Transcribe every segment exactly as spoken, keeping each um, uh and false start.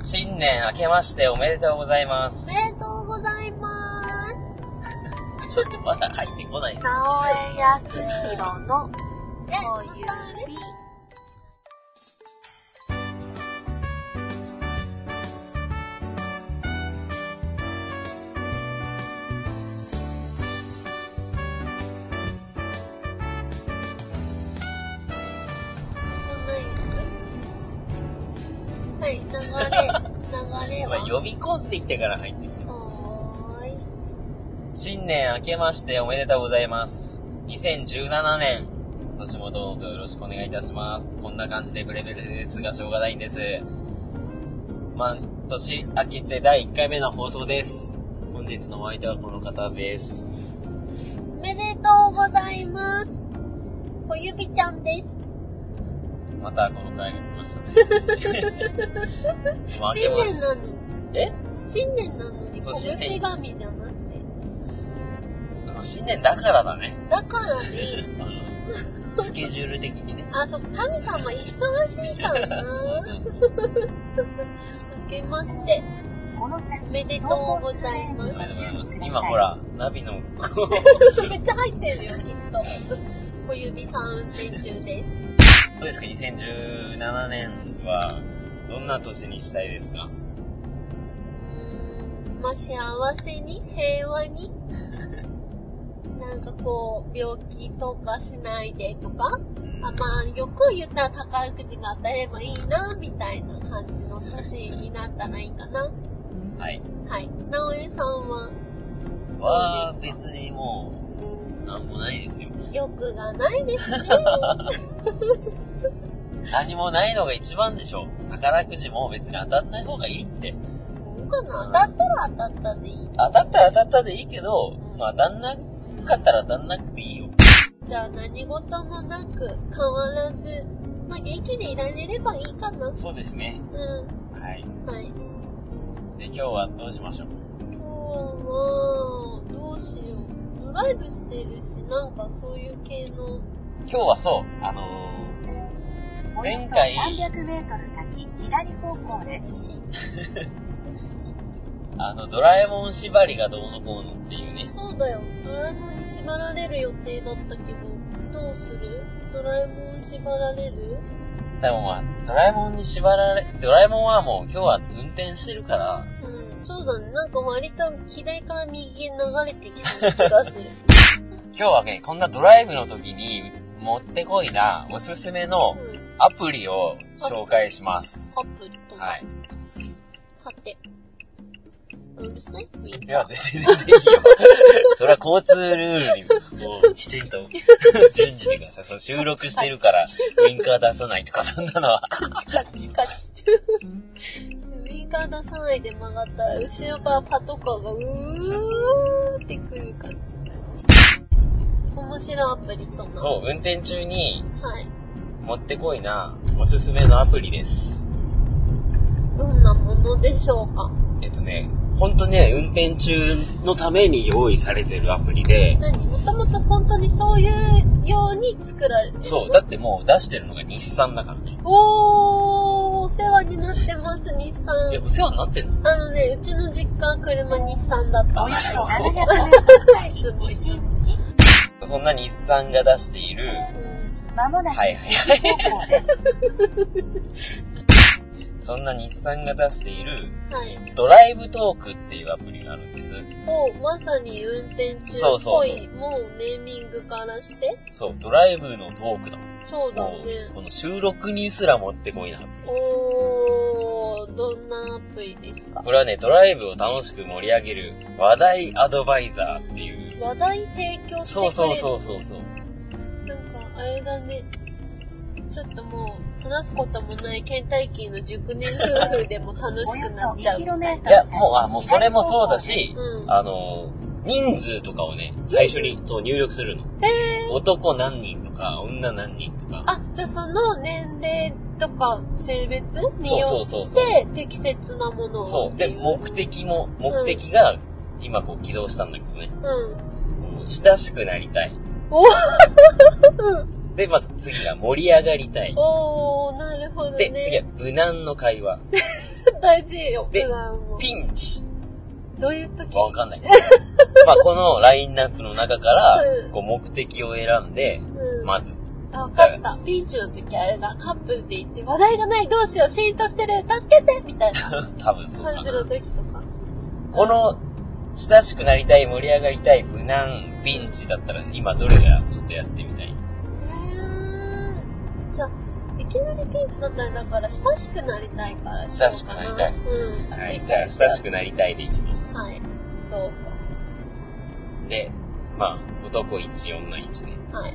新年明けましておめでとうございます。 おめでとうございます。 ちょっとまだ入ってこない。 直江康弘のえ、またあれはい、流れ、流れは呼び込んできてから入ってきてます。 はーい。 新年明けましておめでとうございます。にせんじゅうななねん、今年もどうぞよろしくお願いいたします。こんな感じでブレブレですがしょうがないんです。まあ、年明けてだいいっかいめの放送です。本日のお相手はこの方です。 おめでとうございます。小指ちゃんです。 またこの回が来ましたね。 新年なのに。 え新年なのに拳神じゃなくて。 新年だからだね。 だからね。 あのスケジュール的にね。 あ、そう、神様忙しいからな。 そうそうそう。 明けまして。おめでとうございます。 おめでとうございます。今ほら、ナビの。 めっちゃ入ってるよ、きっと。小指さん運転中です。 どうですか、にせんじゅうななねんはどんな年にしたいですか？ うーん、まあ、幸せに、平和に、なんかこう、病気とかしないでとか、あ、まあ、よく言ったら宝くじが当たればいいな、みたいな感じの年になったらいいかな。 はい。 はい。直江さんはは、別にもう、なんもないですよ。 欲がないですね。 何もないのが一番でしょ。宝くじも別に当たんない方がいいって。 そうかな、当たったら当たったでいい。 当たったら当たったでいいけど、まあ当たんなかったら当たんなくていいよ。 じゃあ何事もなく変わらず、まあ元気でいられればいいかな。 そうですね。 うん。 はい。 はい。 で、今日はどうしましょう？ 今日は、どうしよう。ドライブしてるし、なんかそういう系の。 今日はそう、あのー、前回、 さんびゃくメートル先、左方向で。 あの、ドラえもん縛りがどうのこうのっていうね。 そうだよ。ドラえもんに縛られる予定だったけど、どうする？ドラえもん縛られる？ でもまあ、ドラえもんに縛られ、ドラえもんはもう今日は運転してるから。 うん、そうだね。なんか割と左から右へ流れてきそうな気がする。 今日はね、こんなドライブの時にもってこいなおすすめのアプリを紹介します。 アプリとか。はい。はて。うるさい？いや、全然いいよ。それは交通ルールにもうきちんと順次でください。そう収録してるからウインカー出さないとかそんなのは。 チカチカチ。ウインカー出さないで曲がったら後ろからパトカーがうーってくる感じになっちゃう。面白いアプリとか。 そう、運転中にはい。 もってこいなおすすめのアプリです。 どんなものでしょうか？ えっとね、ほんとね、運転中のために用意されてるアプリで。 何？もともと本当にそういうように作られてるの？ そう、だってもう出してるのが日産だからね。 おー、お世話になってます、日産。 え、お世話になってんの？ あのね、うちの実家車日産だった。 およそなななひゃくメートルいつもいつも。 そんな日産が出している、 うん、 まもなくはいはいはい。そんな日産が出している、 はい、 ドライブトークっていうアプリがあるんです。 お、まさに運転中っぽい。 そうそうそう。 もうネーミングからして。 そう、ドライブのトークだ。 そうだね。 この収録にすらもってこいなアプリです。 おー、どんなアプリですか？ これはね、ドライブを楽しく盛り上げる話題アドバイザーっていう。 話題提供してくれる。 そうそうそうそうそう。 なんか、あれだね。ちょっともう、話すこともないケンタッキーの熟年夫婦でも楽しくなっちゃうみたいな。 いや、もう、あ、もうそれもそうだし、 うん、 あの、人数とかをね、最初にそう入力するの。 へー。 男何人とか、女何人とか。 あ、じゃあその年齢とか性別によって適切なものを。 そう。で、目的も、目的が今こう起動したんだけどね。 うん。 親しくなりたい。 おで、まず次が盛り上がりたい。 おー、なるほどね。 で、次は無難の会話。 大事よ、 で無難も。 ピンチ。 どういう時？ わかんない。まあこのラインナップの中から、 うんこう目的を選んで、 うん、 まず。 あ、わかった。ピンチの時あれだ。カップルで行って、話題がない、どうしよう、シーンとしてる、助けてみたいな多分そうか感じのな。 時とか。 この、親しくなりたい、盛り上がりたい、無難、ピンチだったら、今どれがちょっとやってみたい？ へー。じゃあ、いきなりピンチだったら、だから親しくなりたいからしようかな。 親しくなりたい。 うん。 はい。じゃあ、親しくなりたいでいきます。 はい。どうぞ。 で、まあ、男いち、女いちね。 はい。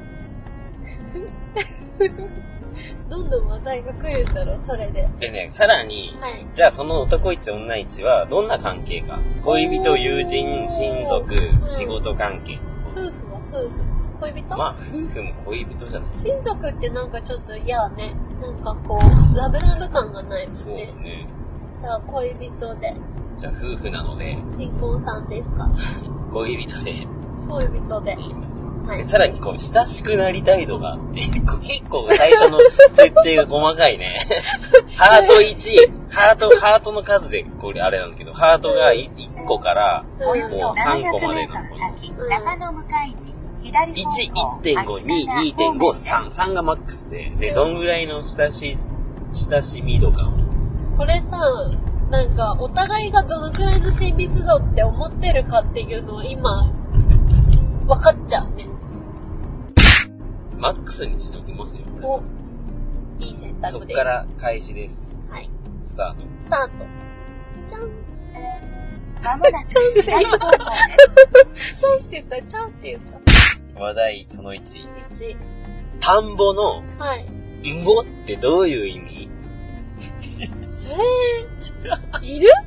どんどん話題が来るんだろう、それで。 でね、さらに、 はい。 じゃあその男いち、女いちは、どんな関係か。恋人、友人、親族、仕事関係。 夫婦は夫婦。恋人？ まあ、夫婦も恋人じゃない。 親族ってなんかちょっと嫌ね。なんかこう、ラブラブ感がないもんね。 そうだね。 じゃあ恋人で。 じゃあ夫婦なので、 新婚さんですか？ 恋人で恋人で。 言います。 はいでさらにこう、親しくなりたい度があって、こう結構最初の設定が細かいね。ハートいち、ハート、ハートの数で、これあれなんだけど、ハートがいっこから、 うんおよそもうさんこまでのななひゃくメートル先、 うん中野向井地、左方向。 いち、いってんご、に、にてんご、さん。さんがマックスで、で、どんぐらいの親し、親しみ度か。 これさ、なんか、お互いがどのくらいの親密度って思ってるかっていうのを今、分かっちゃうね。 マックスにしときますよ、これ。 お、いい選択です。 そっから開始です。 はい。 スタート。 スタート。じゃん。 まもなく左方向です。 ちゃんって言った、ちゃんって言った。 話題そのいち。 いち。 田んぼの、 はい。 んぼってどういう意味？ それ、いる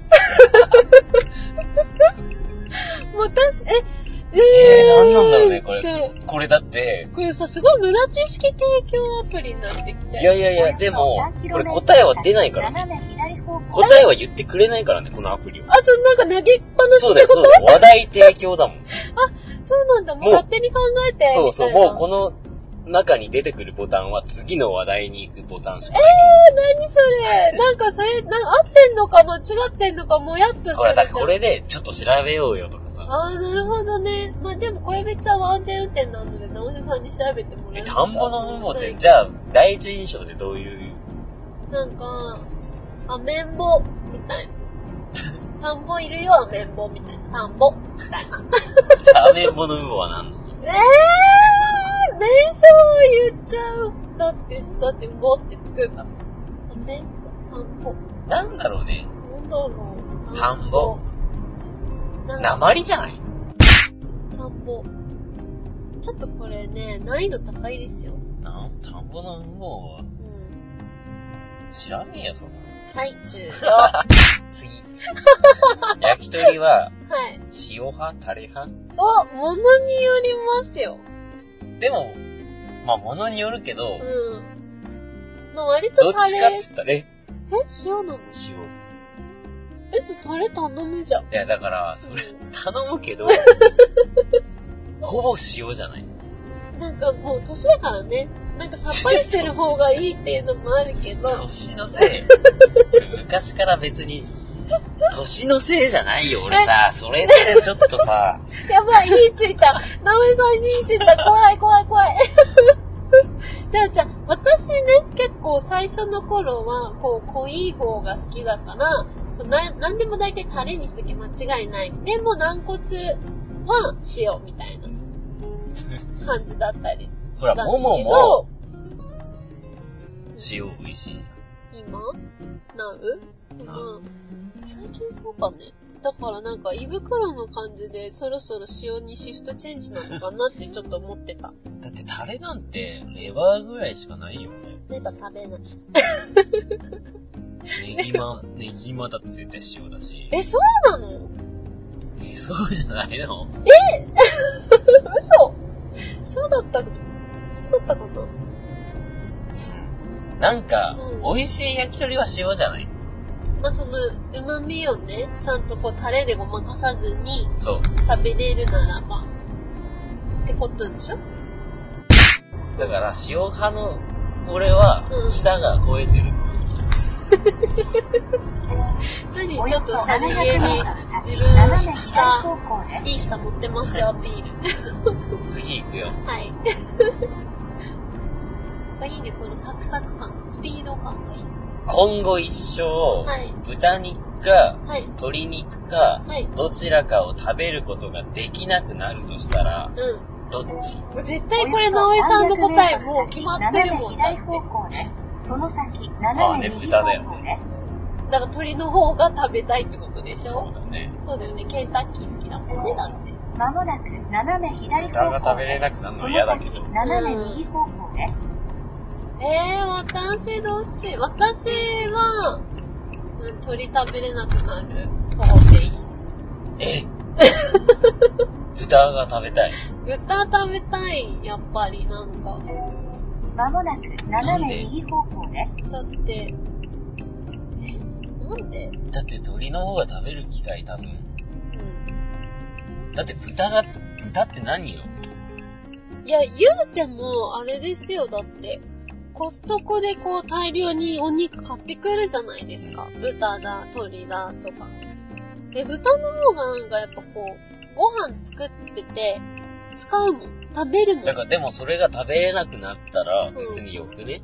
もうたし、え、えー、 えー、なんなんだろうね、これで。 これだって、 これさ、すごい無駄知識提供アプリになってきて。 いやいやいや、でも、これ答えは出ないからね。 斜め左方向。 答えは言ってくれないからね、このアプリは。 あ、そのなんか投げっぱなしそうだよ、 ってことそうだよ。話題提供だもん。 そうなんだ、もうもう勝手に考えて。 そうそう、 みたいなもうこの中に出てくるボタンは次の話題に行くボタンしかない。 えー、何それなんかそれ、なんか合ってんのか間違ってんのかもやっとするじゃん。 ほら、だからこれでちょっと調べようよとかさ。 あー、なるほどね。まあでも、恋べちゃんは安全運転なので、直瀬さんに調べてもらええ、 ます田んぼの運動って、 ゃじゃあ、第一印象でどういう、 なんか、アメンボ、みたいな。田んぼいるよ、アメンボ、みたいな。田んぼ、みたいな。 じゃあ、アメンボの運動は何なの？ えー、名称を言っちゃう。だって、だって、ぼって作った。アメンボ、田んぼ。 なんだろうね。 なんだろう。 田んぼ。 なんか鉛じゃない？ 田んぼ。ちょっとこれね、難易度高いですよ。 な、田んぼの運動は、 うん。 知らねえよ、そんなの。 はい、終了。 次。焼き鳥は、 はい。 塩派タレ派？ お、ものによりますよ。 でも、まあ、ものによるけど、 うん。まあ割どとタレ。 っちかっつったら、え、 え、塩なの？ 塩。 え、それタレ頼むじゃん。 いや、だから、それ、頼むけど、ほぼ塩じゃない？ なんかもう年だからね。なんかさっぱりしてる方がいいっていうのもあるけど。 年のせい。昔から別に、年のせいじゃないよ、俺さ。それってちょっとさ。 やばい、火ついた。なめさんに火ついた。怖い、怖い、怖い。じゃあ、じゃあ、私ね、結構最初の頃は、こう、濃い方が好きだから、な、なんでも大体タレにしとき間違いない。でも、軟骨は塩みたいな感じだったりほら、 したんですけど。 ももも、塩美味しいじ今なうなうん。最近そうかね。だからなんか胃袋の感じでそろそろ塩にシフトチェンジなのかなってちょっと思ってた。 ゃん。だってタレなんて、レバーぐらいしかないよね。 レバ食べない。 ネギマ、ネギマだって絶対塩だし。 え、そうなの？ え、そうじゃないの？ 嘘？そうだったそうだったかな？ なんか、 うん美味しい焼き鳥は塩じゃない？ まあ、その、旨味をね、ちゃんとこうタレでごまかさずにそう。 食べれるならば。ってことでしょ？ だから塩派の俺は舌が超えてると思う。 何ちょっとさりげに自分舌いい舌持ってますよアピール。 次行くよ。 はい。いいね、このサクサク感、スピード感がいい。 今後一生、はい、豚肉か、はい、鶏肉か、はい、どちらかを食べることができなくなるとしたら、うん、どっち？ 絶対これ直江さんの答えもう決まってるもんだって。 その先、 ああね、豚だよね。 だから鶏の方が食べたいってことでしょ？ そうだね。 そうだよね。ケンタッキー好きだもんね、だって。 まもなく斜め左方向。 豚が食べれなくなるのは嫌だけど。 斜め右方向です。 えー、私どっち？私は、うん、鶏食べれなくなる方でいい。 え豚が食べたい。 豚食べたい、やっぱりなんか。 まもなく斜め右方向です。 だって、え、なんで？ だって鶏の方が食べる機会多分。うん。だって豚が、豚って何よ？ いや、言うても、あれですよ、だって。コストコでこう大量にお肉買ってくるじゃないですか。豚だ、鶏だとか。で、豚の方がなんかやっぱこう、ご飯作ってて、使うもん。食べるもん。 だからでもそれが食べれなくなったら、別によくね、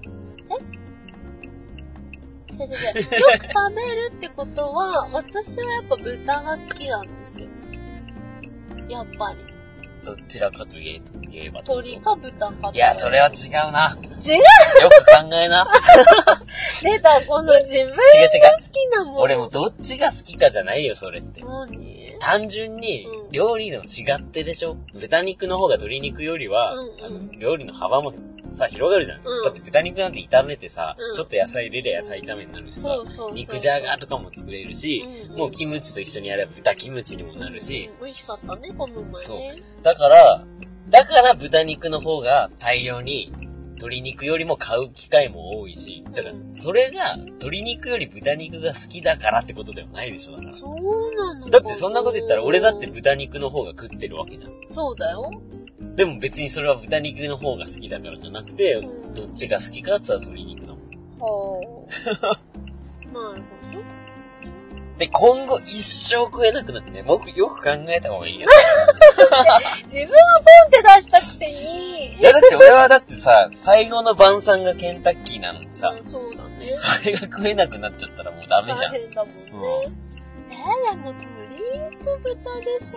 うん、え違う違う違う。よく食べるってことは、私はやっぱ豚が好きなんですよ。やっぱり。 どちらかと言えば。 鶏か豚か。 いや、それは違うな。 違うよく考えな。 出た、この自分が好きなもん。 俺もどっちが好きかじゃないよ、それって。 何？ 単純に、料理のしがってでしょ、うん、豚肉の方が鶏肉よりは、うんうん、あの料理の幅もさ、広がるじゃん。うん、だって豚肉なんて炒めてさ、うん、ちょっと野菜入れりゃ野菜炒めになるしさ、そうそうそうそう、肉じゃがとかも作れるし、うんうん、もうキムチと一緒にやれば豚キムチにもなるし。 うんうん、美味しかったね、この前ね。 そう。だから、だから豚肉の方が大量に鶏肉よりも買う機会も多いし、だからそれが鶏肉より豚肉が好きだからってことではないでしょ、だから。 そうなの？ だってそんなこと言ったら俺だって豚肉の方が食ってるわけじゃん。 そうだよ。 でも別にそれは豚肉の方が好きだからじゃなくて、うん、どっちが好きかって言ったら鶏肉だもん。はぁ。 なるほど。 で、今後一生食えなくなってね、僕よく考えた方がいいよ。 自分はポンって出したくていい。 いやだって俺はだってさ、最後の晩餐がケンタッキーなのにさ、 うん、そうだね。 それが食えなくなっちゃったらもうダメじゃん。 大変だもんね。うん、えー、でも鶏と豚でしょ。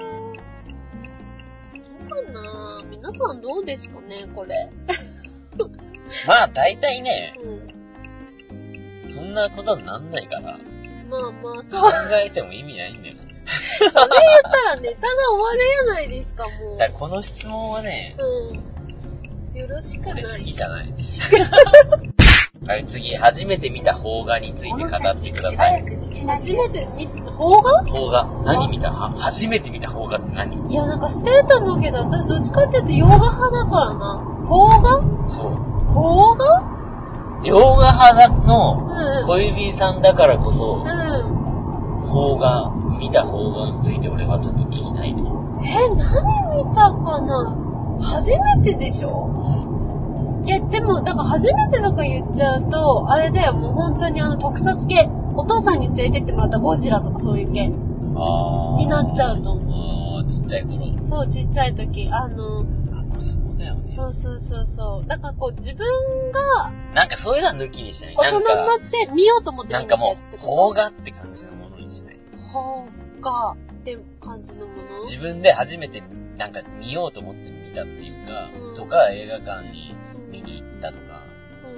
どうかな？皆さんどうですかね、これ。 まあ大体ね、うん、そんなことになんないから。 まあまあ、 そう。考えても意味ないんだよね。 それ言ったらネタが終わるやないですか、もう。 だからこの質問はね、 うん。よろしくない。 俺好きじゃない。はい、次、初めて見た邦画について語ってください。 初めて見た、邦画？ 邦画。何見た？は、初めて見た邦画って何？ いや、なんか知ってると思うけど、私どっちかって言うと洋画派だからな。邦画？ そう。 邦画？ 洋画派の小指さんだからこそ、うん、邦画、見た邦画について俺はちょっと聞きたいね。 え、何見たかな？初めてでしょ？うん、いや、でも、だから初めてとか言っちゃうと、あれだよ、もう本当にあの特撮系、お父さんに連れてってもらったゴジラとかそういう系になっちゃうと思う。 あー、ちっちゃい頃。 そう、ちっちゃい時。あの、 そうだよね。 そうそうそうそう。だからこう自分がなんかそういうのは抜きにしない。 大人になって見ようと思ってなんかもう邦画って感じのものにしない。 邦画って感じのもの。 自分で初めてなんか見ようと思って見たっていうか、うん、とか映画館に見に行ったとか。うん、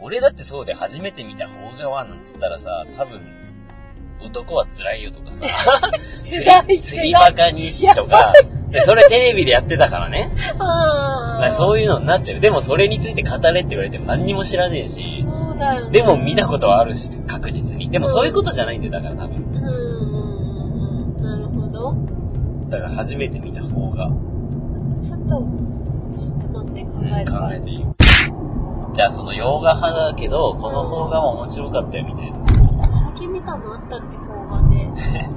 俺だってそうで初めて見た邦画はなんつったらさ、多分男は辛いよとかさ、釣り釣りバカ日誌とか。で、それテレビでやってたからね。あそういうのになっちゃう。でもそれについて語れって言われても何にも知らねえし。 そうだよね。 でも見たことはあるし、確実に。でもそういうことじゃないんだよ、だから多分。 うん。うん。なるほど。 だから初めて見た方が。 ちょっと、ちょっと待って考えて、うん。 考えていい。じゃあその洋画派だけど、この邦画は面白かったよみたいな。 最近見たのあったっけ、邦画で。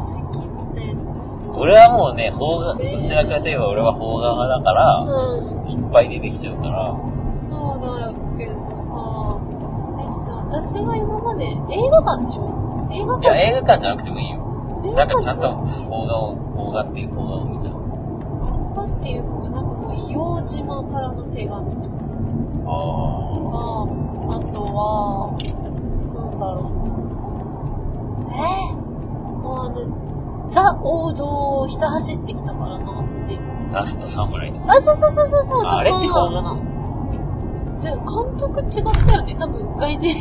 俺はもうね、邦画、どちらかといえば俺は邦画派だから、うん、見っぱい出てきちゃうから。 そうだけどさ、え、ちょっと私が今まで映画館でしょ？映画館？ いや、映画館じゃなくてもいいよ。なんかちゃんと邦画を、邦画っていう邦画を見た。 邦画っていう方がなんかもう硫黄島からの手紙とか。 ああ。あとは、なんだろう。えー、もうあの、ザ王道をひた走ってきたからな、私。 ラストサムライとか。 あ、そうそうそうそうそう。 あれって邦画なの？ じゃあ監督違ったよね、多分外人。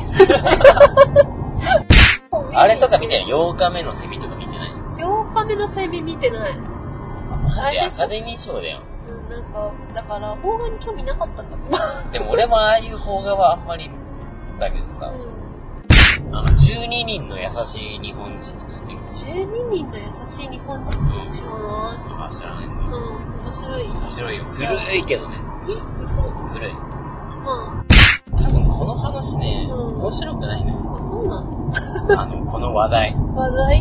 あれとか見てない？ようかめのセミとか見てない？ ようかめのセミ見てない。 あれアカデミー賞だよ。 うん、なんか、だから、邦画に興味なかったんだもん。 でも俺もああいう邦画はあんまり、だけどさ、うん、あの、じゅうににんの優しい日本人とか知ってる？ じゅうににんの優しい日本人って知らない？ あ、知らないんだ。 うん、面白い。 面白いよ。古いけどね。 え？ 古い。 まあ。 多分この話ね、うん、面白くないね。 あ、そうなの？ あの、この話題。 話題？ うん。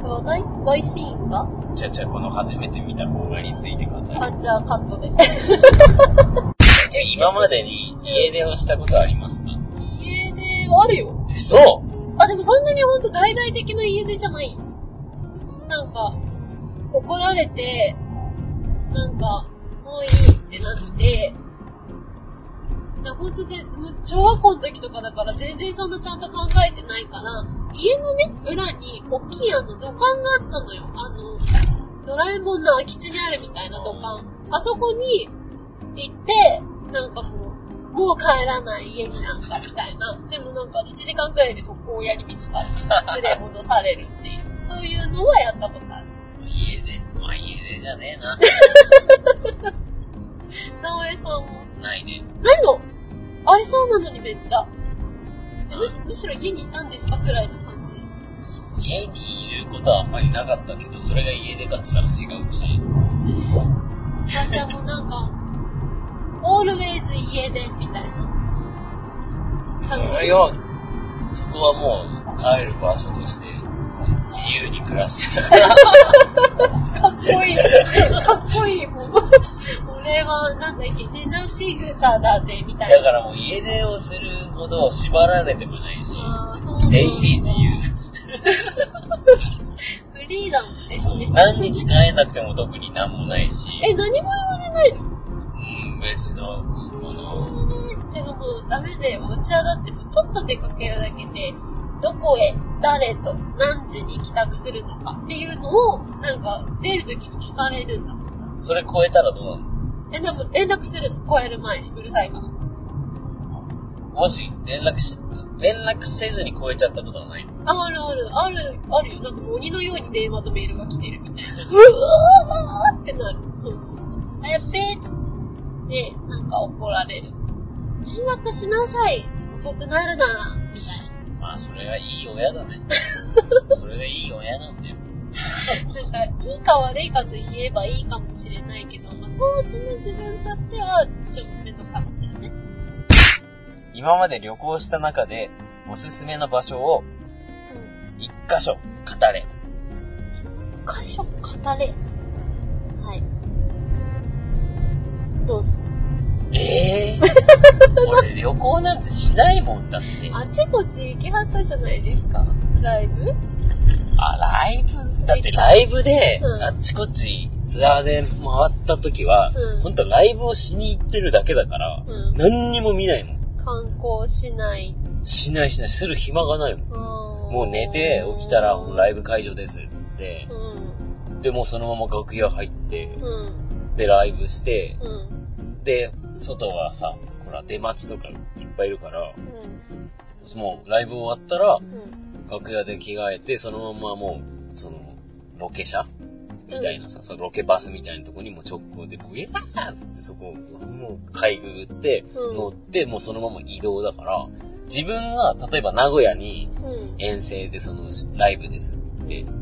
話題？ワイシーンが？ じゃあじゃあこの初めて見た邦画について語る。 あ、じゃあカットで。 今までに家出をしたことありますか？ 家出はあるよ。 そう。 あ、でもそんなにほんと大々的な家出じゃないよ。なんか、怒られて、なんか、もういいってなって、ほんとで、小学校の時とかだから全然そんなちゃんと考えてないから、家のね、裏に大きいあの土管があったのよ。あの、ドラえもんの空き地にあるみたいな土管。あそこに行って、なんかもう、もう帰らない家になんかみたいな。でもなんかいちじかんくらいでそこをやり見つかって連れ戻されるっていう。そういうのはやったことある。 家出、まあ家出じゃねえな。 直江さんもないね。 ないの？ありそうなのにめっちゃ。むし、むしろ家にいたんですかくらいの感じ。 家にいることはあんまりなかったけど、それが家出かって言ったら違うし。 あーちゃんもなんか、オールウェイズ家出みたいな感じ。 いや、そこはもう帰る場所として自由に暮らしてたから。 かっこいい。かっこいいもん。俺はなんだっけ、寝なし草だぜみたいな。 だからもう家出をするほど縛られてもないし、 あそう出入り自由。 フリーダムですね。 何日帰んなくても特になんもないし。 え、何も言われないの？ うん、別にこの。 てかもうダメだよ。うちはだってもうちょっと出かけるだけで、どこへ、誰と、何時に帰宅するのかっていうのを、なんか出るときに聞かれるんだもんな。 それ超えたらどうなの？ え、でも連絡するの。超える前に。うるさいから。 もし連絡し、連絡せずに超えちゃったことはないの？ あ、あるある、ある、あるよ。なんかもう鬼のように電話とメールが来てるみたいな。うわーってなる。そうそう。あ、やっべーっつって。で、なんか怒られる。連絡しなさい。遅くなるなぁ。みたいな。 まあ、それはいい親だね。それでいい親なんだよ。 なんか、いいか悪いかと言えばいいかもしれないけど、まあ、当時の自分としては、ちょっとめんどくさかったよね。 今まで旅行した中で、おすすめの場所を、一箇所語れ。 一箇所語れ。はい。どうぞ。 えぇ、ー、俺旅行なんてしないもんだって。 あちこち行きはったじゃないですか。ライブ？ あ、ライブだってライブで、 うん、 あっちこっちツアーで回った時は、うん、ほんとライブをしに行ってるだけだから、うん、何にも見ないもん。 観光しない。 しないしない。する暇がないもん。もう寝て起きたらライブ会場ですっつって、うん、でもうそのまま楽屋入って、うん、でライブして、うん、で外はさ、ほら出待ちとかいっぱいいるから、うん、もうライブ終わったら、うん、楽屋で着替えてそのままもうそのロケ車みたいなさ、うん、そのロケバスみたいなとこにも直行でもうイエーってそこをもう買いくぐって乗って、うん、もうそのまま移動だから、自分が例えば名古屋に遠征でそのライブですって、うん、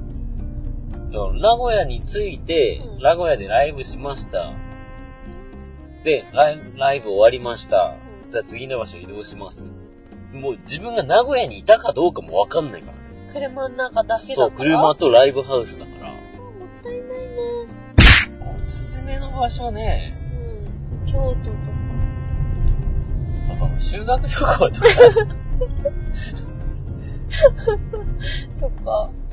名古屋に着いて、うん、名古屋でライブしました。で、ライブ、ライブ終わりました。うん、じゃあ次の場所移動します。もう自分が名古屋にいたかどうかもわかんないからね。 車の中だけだから。 そう、車とライブハウスだから。 もったいないね。 おすすめの場所ね。 京都とか。 だから修学旅行とか。 とか。あとね。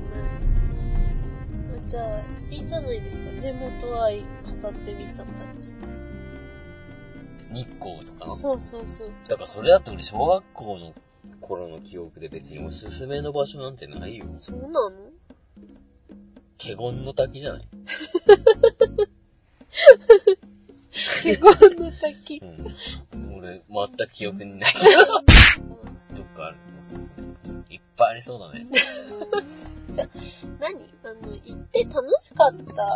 じゃあ、いいじゃないですか。地元愛語ってみちゃったりして。 日光とか。 そうそうそう。 だからそれだって俺小学校の頃の記憶で別におすすめの場所なんてないよ。 そうなの？ 華厳の滝じゃない？ 華厳の滝。 うん。俺、全く記憶にない。どっかあるおすすめ。いっぱいありそうだね。 じゃあ、何あの、行って楽しかった。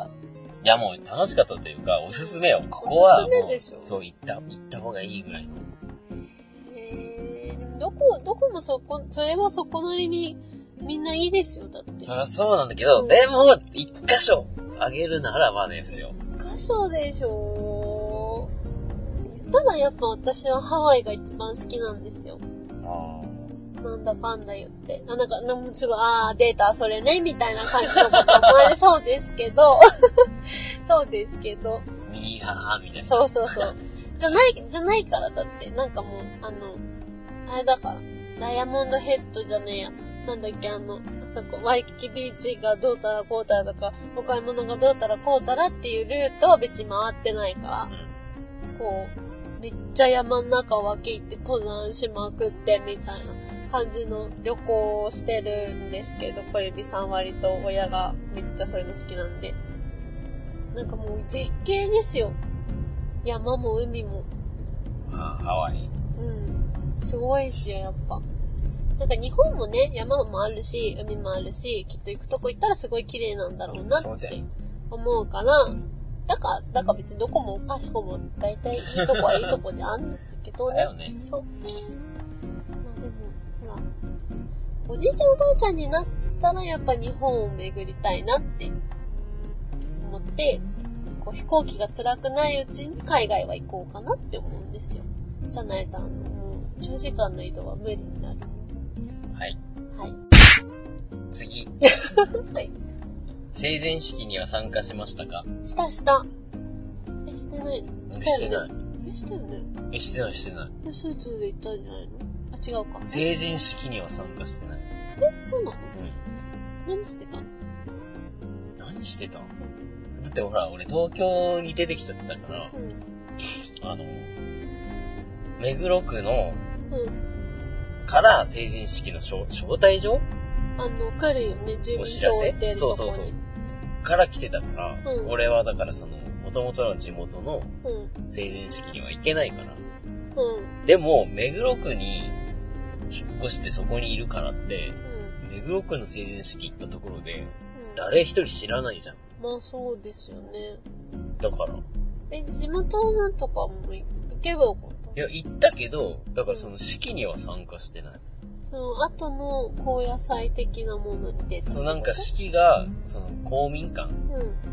いやもう楽しかったというか、おすすめよ。ここはもう、 おすすめでしょ？ そう、行った、行った方がいいぐらいの。 へー、どこ、どこもそこ、それはそこなりにみんないいですよ、だって。 そりゃそうなんだけど、うん、でも、一箇所あげるならばですよ。 一箇所でしょ？ただやっぱ私はハワイが一番好きなんですよ。 あなんだかんだ言って。あ、なんか、なんかすぐ、あー、データそれね、みたいな感じのこと思われそうですけど。そうですけど。 ミーハーみたいな。 そうそうそう。じゃない、じゃないからだって、なんかもう、あの、あれだから、ダイヤモンドヘッドじゃねえや。なんだっけ、あの、あそこ、ワイキキビーチがどうたらこうたらとか、お買い物がどうたらこうたらっていうルートは別に回ってないから、うん、こう、めっちゃ山の中分け入って登山しまくってみたいな感じの旅行をしてるんですけど、小指さん割と親がめっちゃそういうの好きなんで。なんかもう絶景ですよ。山も海も。 ああ、ハワイ。 うん。すごいっすよ、やっぱ。なんか日本もね、山もあるし、海もあるし、きっと行くとこ行ったらすごい綺麗なんだろうなって思うから、だから、だから別にどこもかしこも大体いいとこはいいとこであるんですけどね。 だよね。 そう。まあでも、ほら、おじいちゃんおばあちゃんになったらやっぱ日本を巡りたいなって思って、こう飛行機が辛くないうちに海外は行こうかなって思うんですよ。じゃないとあの、もう長時間の移動は無理になる。 はい。 はい。 次。 はい。 成人式には参加しましたか？ したした。え、してないの？ してない。 え、してるね。 え、してないしてない。 え、スーツで行ったんじゃないの？あ、違うか。 成人式には参加してない。 え、そうなの？うん。何してたの？ 何してた？だってほら、俺東京に出てきちゃってたから、うん、あの、目黒区の、うん、から成人式の招待状？ あの、来るよね、準備お知らせ？そうそうそう。から来てたから、うん、俺はだからその、元々の地元の成人式には行けないから。うん、でも、目黒区に引っ越してそこにいるからって、うん、目黒区の成人式行ったところで、うん、誰一人知らないじゃん。 まあそうですよね。 だから。 え、地元なんとかも行けばよかった？ いや、行ったけど、だからその式には参加してない。 その後の高野菜的なものに出た。 そう、なんか式が、その公民館、うん、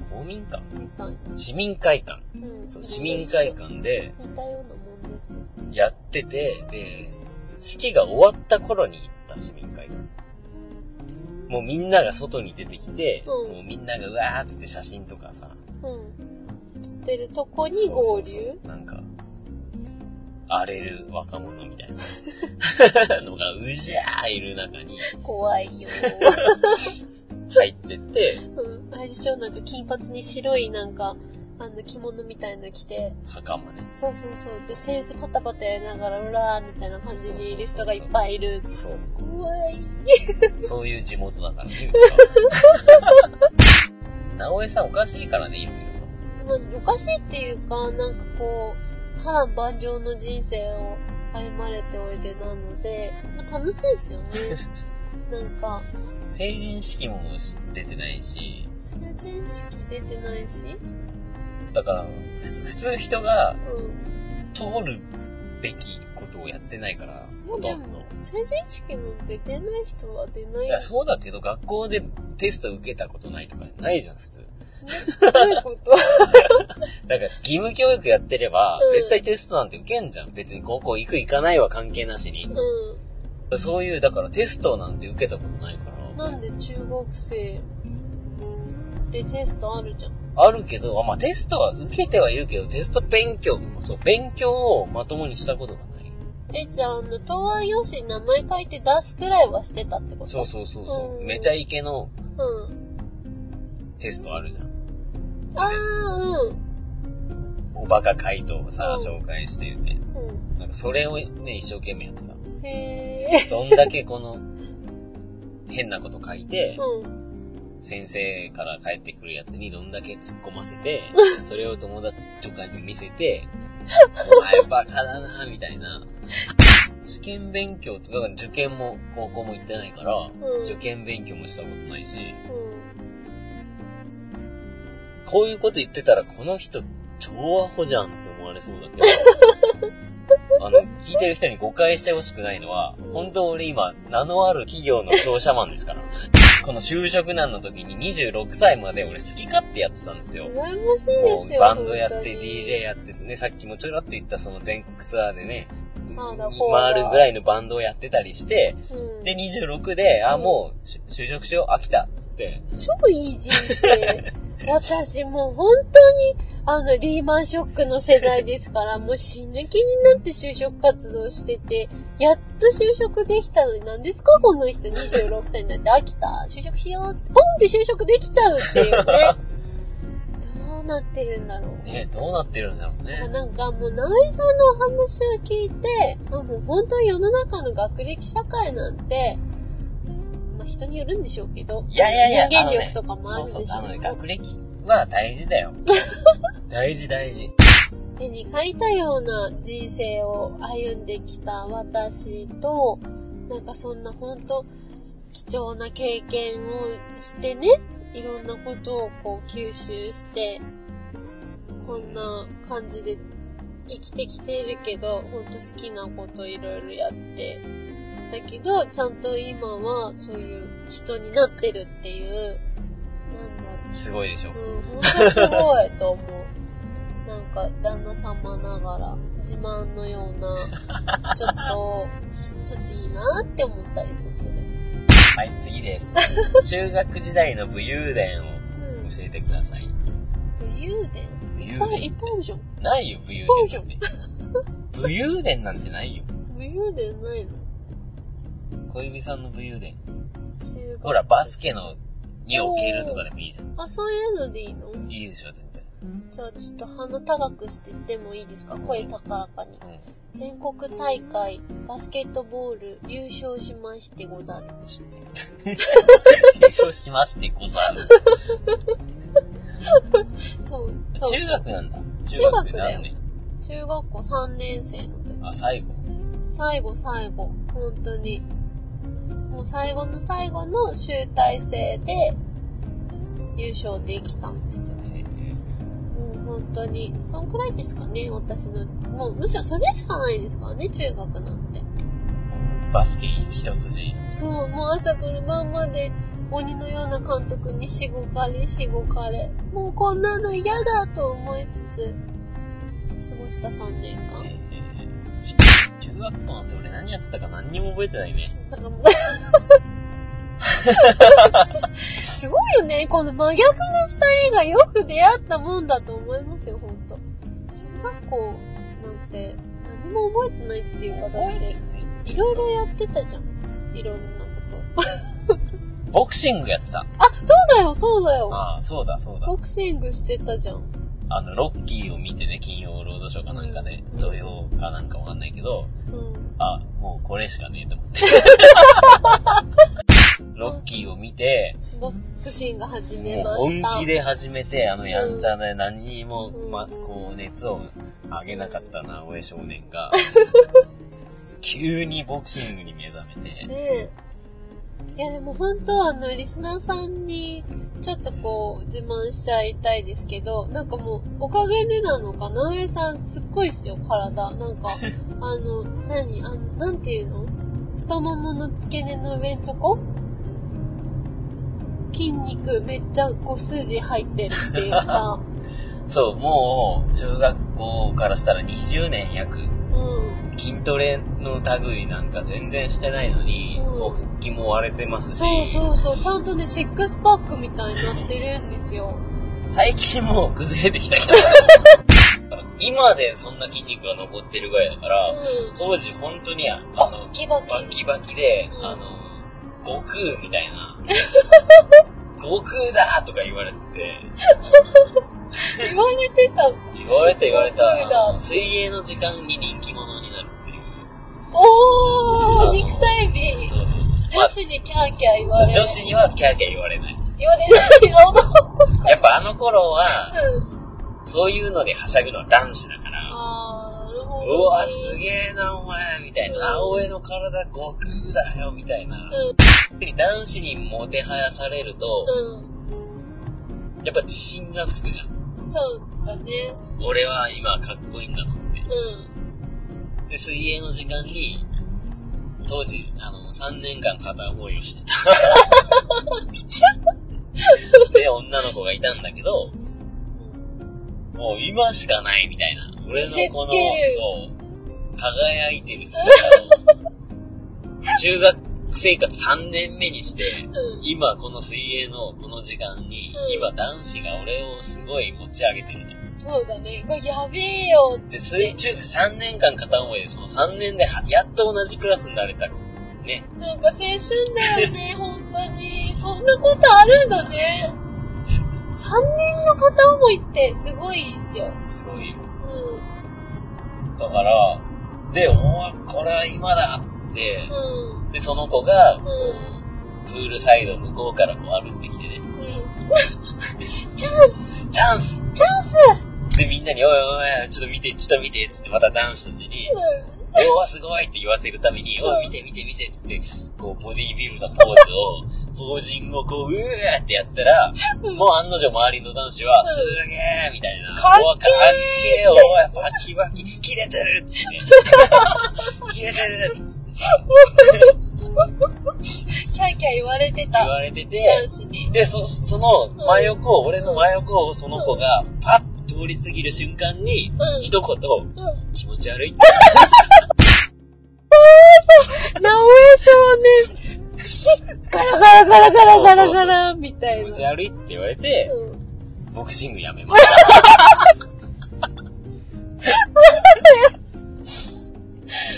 公民館、うん、市民会館、うん、そう、市民会館で、 似たようなもんです。 やってて、で、式が終わった頃に行った市民会館。もうみんなが外に出てきて、うん、もうみんながうわーっつって写真とかさ、 うん。撮ってるとこに合流？そうそうそう、 なんか、荒れる若者みたいなのがうじゃーいる中に怖いよ入ってって、 うん、あれでしょ、なんか金髪に白いなんかあの着物みたいなの着て、 袴ね、 そうそうそう、でセンスパタパタやりながらうらーみたいな感じにいる人がいっぱいいる。 そう、 怖いそういう地元だからね、うちは直江さんおかしいからね、いろいろと。 まあ、おかしいっていうか、なんかこう波乱万丈の人生を歩まれておいでなので、まあ、楽しいですよね。なんか成人式も出てないし、 成人式出てないし、 だから普通、普通人が通るべきことをやってないから、うん、ほとんど。 成人式なんて出ない人は出ない。 いや、そうだけど学校でテスト受けたことないとかないじゃん、普通。 どういうことだから義務教育やってれば、うん、絶対テストなんて受けんじゃん。別に高校行く行かないは関係なしに。うん、そういう、だからテストなんて受けたことないから。 なんで中学生でテストあるじゃん。 あるけど、まあテストは受けてはいるけど、テスト勉強、そう、勉強をまともにしたことがない。 え、じゃあ、あの、答案用紙に名前書いて出すくらいはしてたってこと？ そうそうそうそう。めちゃイケの、 うん。 テストあるじゃん。 あー、うん。 おバカ回答をさ、 うん、 紹介してるね。 うん。 なんかそれをね、一生懸命やってさ。 へー。 どんだけこの、変なこと書いて、 うん。 先生から帰ってくるやつにどんだけ突っ込ませて、それを友達とかに見せて、お前バカだなみたいな。試験勉強とか、受験も高校も行ってないから、うん、受験勉強もしたことないし、うん、こういうこと言ってたらこの人超アホじゃんって思われそうだけど、あの、聞いてる人に誤解してほしくないのは、本当俺今、名のある企業の商社マンですから。この就職難の時ににじゅうろくさいまで俺好き勝手やってたんですよ。 羨ましいですよ。 バンドやって ディージェー やってね、さっきもちょろっと言ったその全国ツアーでね、回るぐらいのバンドをやってたりして、うん、でにじゅうろくで、あ、もう就職しよう、飽きたっつって。 超いい人生。私もう本当に、あの、リーマンショックの世代ですから、もう死ぬ気になって就職活動してて、やっと就職できたのに何ですかこの人にじゅうろくさいになって飽きた就職しようっつって、ポンって就職できちゃうっていうね。どうなってるんだろう。 ね、どうなってるんだろうね。 なんかもう、直江さんのお話を聞いて、あ、もう本当に世の中の学歴社会なんて、まあ人によるんでしょうけど、 いやいやいや、 人間力とかもあるんでしょうけど。 そうそう、あのね、学歴は大事だよ。大事大事。 絵に描いたような人生を歩んできた私と、なんかそんなほんと貴重な経験をしてね、いろんなことをこう吸収して、こんな感じで生きてきてるけど、ほんと好きなこといろいろやって、だけど、ちゃんと今はそういう人になってるっていう、なんだろう。 すごいでしょ。 うん、ほんとすごいと思う。なんか、旦那様ながら、自慢のような、ちょっと、ちょっといいなって思ったりもする。 はい、次です。中学時代の武勇伝を教えてください。うん、 武勇伝武勇伝いっぱいあるじゃん。 ないよ、武勇伝なんて。武勇伝なんてないよ。 武勇伝ないの？ 小指さんの武勇伝。 中学ほら、バスケのにおけるとかでもいいじゃん。 あ、そういうのでいいの？ いいでしょ、全然。 じゃあちょっと鼻高くして言ってもいいですか？声高らかに。うん、全国大会バスケットボール優勝しましてござる。 優勝しましてござる。 そうそう。 中学なんだ。 中学だよ。中学校さんねん生の時。 あ、最後。 最後最後。本当に。もう最後の最後の集大成で優勝できたんですよ。本当に、そんくらいですかね、私の。もう、むしろそれしかないですからね、中学なんて。 バスケ一筋。 そう、もう朝から晩まで、鬼のような監督にしごかれ、しごかれ。もうこんなの嫌だと思いつつ、過ごしたさんねんかん。えー、中学校なんて俺何やってたか何にも覚えてないね。だからもうすごいよね。この真逆の二人がよく出会ったもんだと思いますよ、ほんと。中学校なんて何も覚えてないっていうか、だっていろいろやってたじゃん。いろんなこと。 ボクシングやってた。 あ、そうだよ、そうだよ。 ああ、そうだ、そうだ。 ボクシングしてたじゃん。 あの、ロッキーを見てね、金曜ロードショーかなんかで、うん、土曜かなんかわかんないけど、うん、あ、もうこれしかねえと思って。ロッキーを見て、 ボクシング始めました。 本気で始めて、あのやんちゃで何にも、うん、ま、こう熱を上げなかった直江少年が、急にボクシングに目覚めて。 ねえ。いやでも本当あのリスナーさんにちょっとこう自慢しちゃいたいですけど、なんかもうおかげでなのか直江さんすっごいっすよ体。なんかあの何あのなんていうの？太ももの付け根の上んとこ？筋肉めっちゃこう筋入ってるっていうか。 そう、もう中学校からしたらにじゅうねん約。うん、筋トレの類なんか全然してないのに、うん、もう腹筋も割れてますし。 そうそうそう、ちゃんとね、シックスパックみたいになってるんですよ。 最近もう崩れてきたけど。今でそんな筋肉が残ってるぐらいだから、うん、当時本当にあのバッキバキバキバキで、うん、あの悟空みたいな悟空だとか言われてて言われてた言われた言われた水泳の時間に人気者になるっていう。 おー、肉体美。 そうそう。 女子にキャーキャー言われる。 女子にはキャーキャー言われない。 言われない。男やっぱあの頃は、 うん、 そういうのではしゃぐのは男子だから。 あー、なるほど。 うわ、すげえなお前みたいな。うん、青江の体悟空だよみたいな。うん、男子にもてはやされると、うん、やっぱ自信がつくじゃん。 そうだね。 俺は今かっこいいんだもんって。 うん。 で、水泳の時間に、当時、あの、さんねんかん片思いをしてた。で、女の子がいたんだけど、もう今しかないみたいな。俺のこの、そう、輝いてる姿を、中学生活さんねんめにして、うん、今この水泳のこの時間に、うん、今男子が俺をすごい持ち上げてると。 そうだね。これやべえよって。 で、水中学さんねんかん片思いで、そのさんねんでやっと同じクラスになれた。ね。 なんか青春だよね、ほんとに。そんなことあるんだね。さんねんの片思いってすごいですよ。 すごいよ。 うん。 だから、で、おー、これは今だっつって、うん、で、その子が、うん、プールサイド向こうからこう歩ってきてね。 うん、チャンスチャンスチャンスで、みんなに、おいおい、ちょっと見て、ちょっと見て、つって、また男子たちに、うん、おー、すごいって言わせるために、おい、見て見て見て、つって、こう、ボディービルなポーズを、ポージングをこう、うーってやったら、もう案の定周りの男子は、すげーみたいな。 かっけーおー、かっけーおー、バキバキ、キレてるっつって。キレてるっつって。 キャーキャー言われてた。 言われてて、男子に。で、そ、その、真横を、うん、俺の真横をその子が、パッと通り過ぎる瞬間に、うん、一言、うん、気持ち悪いって。 直江少年、ガラガラガラガラガラガラ、みたいな。 気持ち悪いって言われて、うん、ボクシングやめました。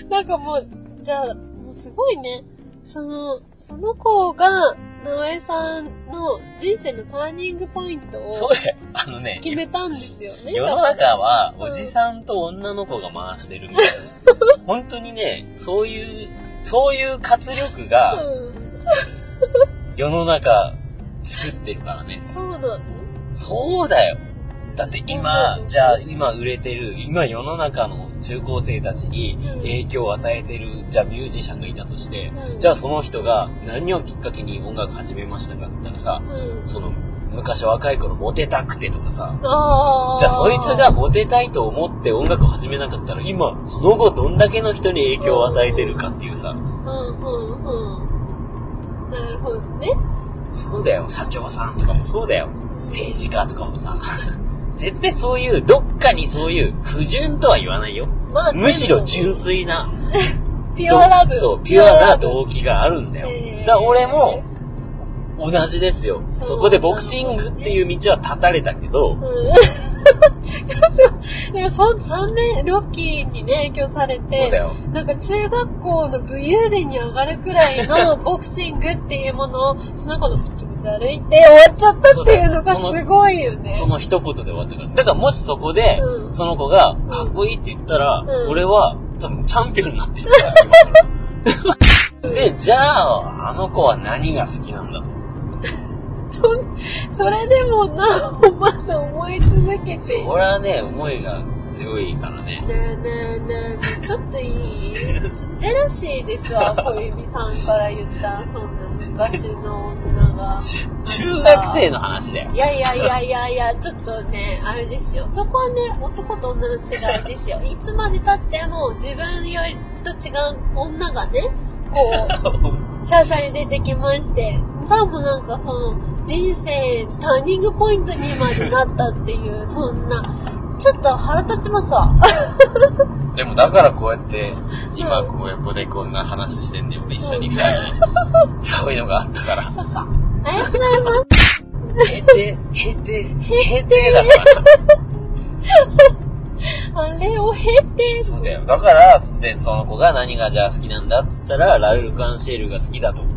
なんかもう、じゃあ、もうすごいね。その、その子が、直江さんの人生のターニングポイントを、 そうや、あのね、 決めたんですよね。 世の中は、おじさんと女の子が回してるみたいな。本当にね、そういう、そういう活力が、世の中作ってるからね。 そうなの？ そうだよ。だって今、じゃあ今売れてる、今世の中の中高生たちに影響を与えてる、じゃあミュージシャンがいたとして、うん、じゃあその人が何をきっかけに音楽始めましたかって言ったらさ、うん、その昔若い頃モテたくてとかさ、あじゃあそいつがモテたいと思って音楽を始めなかったら今その後どんだけの人に影響を与えてるかっていうさ、 うんうんうん、なるほどね。 そうだよ、社長さんとかもそうだよ、政治家とかもさ。絶対そういう、どっかにそういう不純とは言わないよ。まあ、むしろ純粋な。 ピュアラブ。 そう、ピュアな動機があるんだよ。だから俺も、同じですよ。そ, そこでボクシングっていう道は立たれたけど。うん、 でもそさんねん、ロッキーにね、影響されて、 そうだよ。 なんか中学校の武勇伝に上がるくらいのボクシングっていうものを、その子の気持ち悪いって終わっちゃったっていうのがすごいよね。 その、その一言で終わったから。だからもしそこで、うん、その子がかっこいいって言ったら、うん、俺は多分チャンピオンになってるから。で、じゃあ、あの子は何が好きなんだと。 そ, それでもなおまだ思い続けている。 俺はね、思いが強いからね。 ねえねえねえ、ちょっといいちょジェラシーですわ、小指さんから言ったそんな昔の女が。 中学生の話だよ。 いやいやいやいやいや、ちょっとね、あれですよ。そこはね、男と女の違いですよ。いつまで経っても自分よりと違う女がね、こう、シャーシャーに出てきまして、さあもなんかその、人生ターニングポイントにまでなったっていう、そんな、ちょっと腹立ちますわ。 でもだからこうやって、今こうやってこんな話してんねん、一緒に二人で。そういうのがあったから。 そっか。ありがとうございます。 閉店、閉店、閉店だから。 あれを閉店。 そうだよ。だから、で、その子が何がじゃあ好きなんだって言ったら、ラルクアンシエルが好きだと。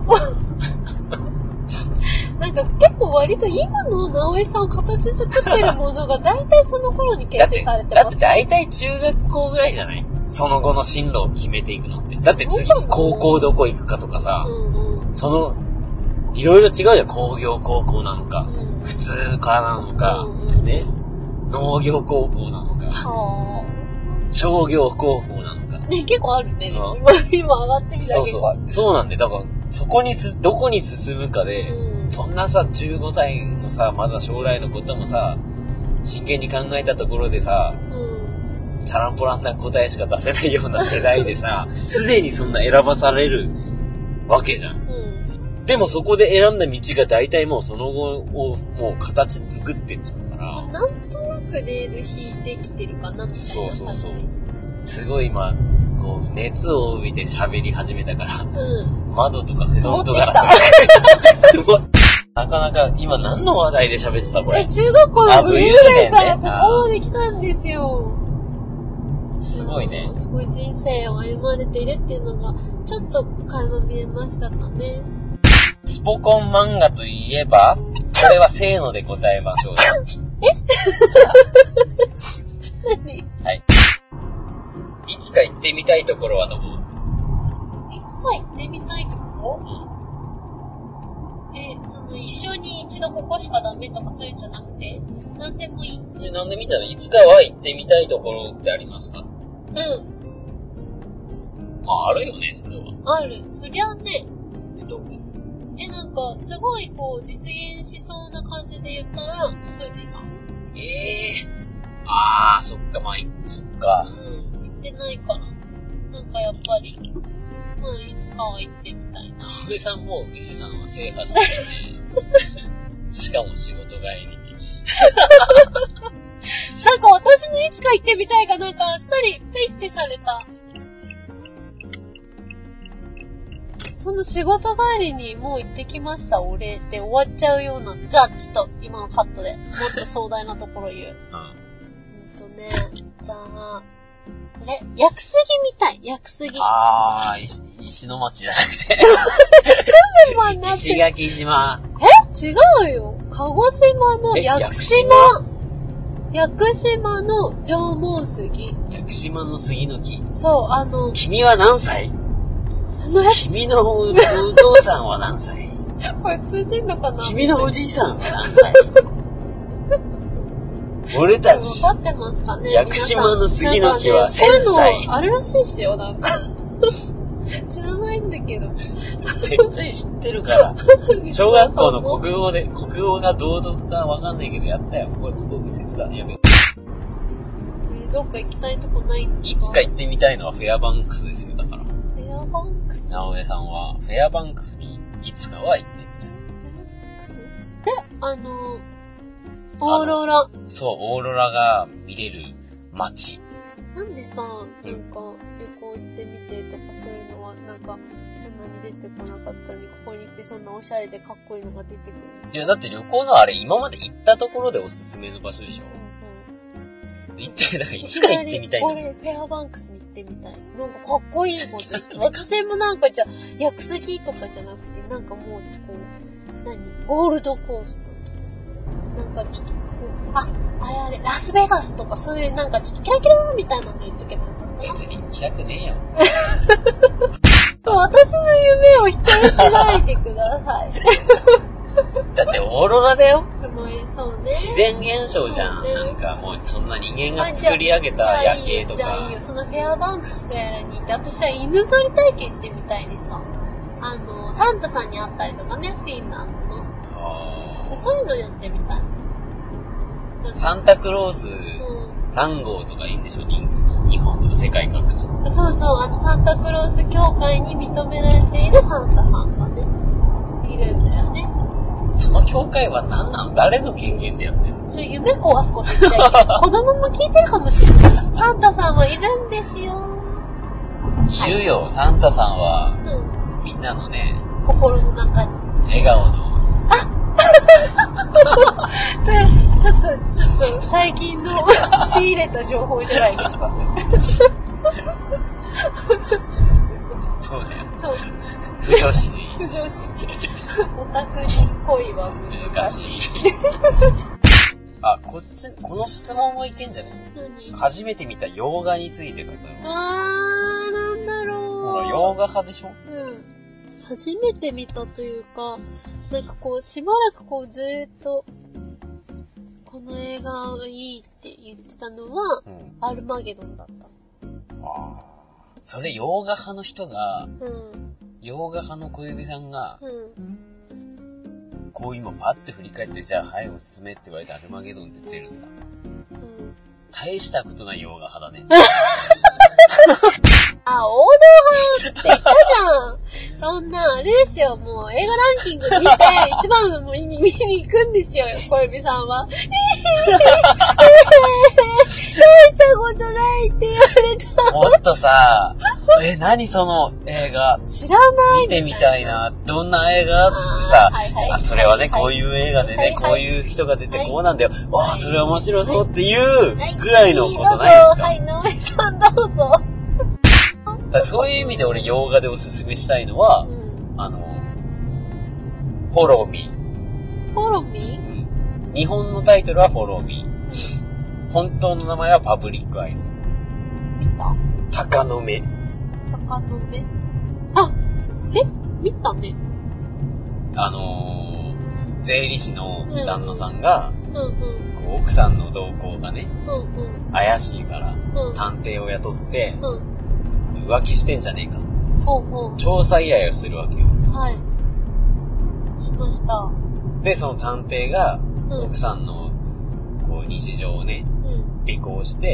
なんか結構割と今の直江さんを形作ってるものが大体その頃に形成されてます。 だって大体中学校ぐらいじゃない？その後の進路を決めていくのって。だって次高校どこ行くかとかさ、うんうん、その、いろいろ違うじゃん。工業高校なのか、うん、普通科なのか、うんうん、ね、農業高校なのか、はあ、商業高校なのか。 ね、結構あるね。うん、今上がってみたら結構ある。 そうそう。そうなんで、だからそこにす、どこに進むかで、うん、そんなさ、じゅうごさいのさ、まだ将来のこともさ、真剣に考えたところでさ、うん、チャランポランな答えしか出せないような世代でさ、常にそんな選ばされるわけじゃん。うん、でもそこで選んだ道が大体もうその後をもう形作ってっちゃうから。 なんとなくレール引いてきてるかなみたいな感じ。そうそうそう。 すごい今、こう、熱を帯びて喋り始めたから、うん、窓とかフロントガラスがなかなか、今何の話題で喋ってたこれ。 中学校の武勇伝からここまで来たんですよ。 すごいね。 すごい人生を歩まれているっていうのが、ちょっと垣間見えましたかね。 スポコン漫画といえば、これはせーので答えましょう。 え何？ はい。いつか行ってみたいところはどこ？ いつか行ってみたいところ？うん、え、その一生に一度ここしかダメとかそういうんじゃなくて、なんでもいい？ え、なんでみたいな？いつかは行ってみたいところってありますか？うん。まああるよね、それは。 ある。そりゃね。 え、どこ？ え、なんか、すごいこう、実現しそうな感じで言ったら、富士山。 ええー。あー、そっか、まあ、そっか。 うん、行ってないから。なんかやっぱり、まあ、いつかは行ってみたいな。 上さんも富士山は制覇してるね。しかも仕事帰りに。 なんか私にいつか行ってみたいかなんかあっさりペイってされた。その仕事帰りにもう行ってきましたお礼って終わっちゃうような。じゃあちょっと今のカットでもっと壮大なところ言う。うん。うんとね、じゃあ、あれ屋久杉みたい、屋久杉。 あー、石、石の町じゃなくて。 鹿児島になって。 石垣島。 え違うよ。鹿児島の屋久島。屋久島の縄文杉。 屋久島の杉の木。 そう、あの。 君は何歳？あのやつ。君のお, お父さんは何歳？ これ通じんのかな？ 君のおじいさんは何歳？俺たち。 分かってますかね？ 屋久島の杉の木はせんさい。 あるらしいっすよ、なんか。知らないんだけど。 絶対知ってるから。小学校の国語で、国語がどう読かわかんないけどやったよ。これ国語右折だね。やめよう。 えー、どっか行きたいとこないんですか？ いつか行ってみたいのはフェアバンクスですよ、だから。 フェアバンクス？ 直江さんは、フェアバンクスにいつかは行ってみたい。フェアバンクス？え、あの、オーロラ。 そう、オーロラが見れる街。 なんでさ、なんか、旅行行ってみてとかそういうのは、なんか、そんなに出てこなかったのに、ここに行ってそんなおしゃれでかっこいいのが出てくるんですか？ いや、だって旅行のあれ、今まで行ったところでおすすめの場所でしょ？うんうん。行って、だからいつか行ってみたいの。 俺、フェアバンクスに行ってみたい。なんかかっこいいこと言って。私もなんかじゃ、屋久杉とかじゃなくて、なんかもう、こう、何？ゴールドコーストとか。なんかちょっと、こう、あ、あれあれ、ラスベガスとかそういうなんかちょっとキラキラーみたいなの言っとけばよかった。 別に行きたくねえよ。 私の夢を否定しないでください。 だってオーロラだよ。 そうね。 自然現象じゃん。ね、なんかもうそんな人間が作り上げた夜景とか。 じゃあいいよ。そのフェアバンクスとやらに行って、私は犬ぞり体験してみたいにさ。あの、サンタさんに会ったりとかね、フィンランドの。あそういうのやってみたい。 サンタクロース何号とかいいんでしょ、日本とか世界各地。 そうそう、あのサンタクロース協会に認められているサンタさんがね、いるんだよね。 その協会は何なの？誰の権限でやってるの？ そういう夢壊すこと言ってるけど、子供も聞いてるかもしれない。サンタさんはいるんですよ。 いるよ、はい、サンタさんは、うん、みんなのね、 心の中に。 笑顔の。 あちょっと、ちょっと、最近の仕入れた情報じゃないですか、 そうだよ。 そう。 不女子でいい。 不女子。オタクに恋は難しい。 あ、こっち、この質問もいけんじゃない？ 何？ 初めて見た洋画についてだったよ。 あー、なんだろう。 ほら、洋画派でしょ？ うん。初めて見たというか、なんかこう、しばらくこう、ずーっと、この映画がいいって言ってたのは、うん、アルマゲドンだった。 ああ。それ洋画派の人が、 うん、 洋画派の小指さんが、 うん、 こう今パッて振り返って、じゃあはいおすすめって言われてアルマゲドンって出るんだ。 うん、 大したことない洋画派だね。 あ、王道派って言ったじゃん。そんな、あれですよ、もう映画ランキング見て、一番も見に行くんですよ、小指さんは。えぇー、大したことないって言われた。 もっとさ、え、何その映画。 知らない見てみたいな。どんな映画ってさ、はいはい、あ、それはね、こういう映画でね、はいはい、こういう人が出てこうなんだよ。はい、わあ、それ面白そうっていうぐらいのことないですか？ はい、井上さんどうぞ。 だからそういう意味で俺洋画でおすすめしたいのは、うん、あの、フォローミー。 フォローミー？ うん。日本のタイトルはフォローミー。本当の名前はパブリックアイズ。 見た？ 鷹の目。 鷹の目？あ、え？見たね。 あのー、税理士の旦那さんが、 うんうん、 こう奥さんの動向がね、 うんうん、 怪しいから、うん、探偵を雇って、うん浮気してんじゃねえか。 ほうほう。 調査依頼をするわけよ。 はい。しました。 で、その探偵が、奥さんの、こう、日常をね、うん、尾行して、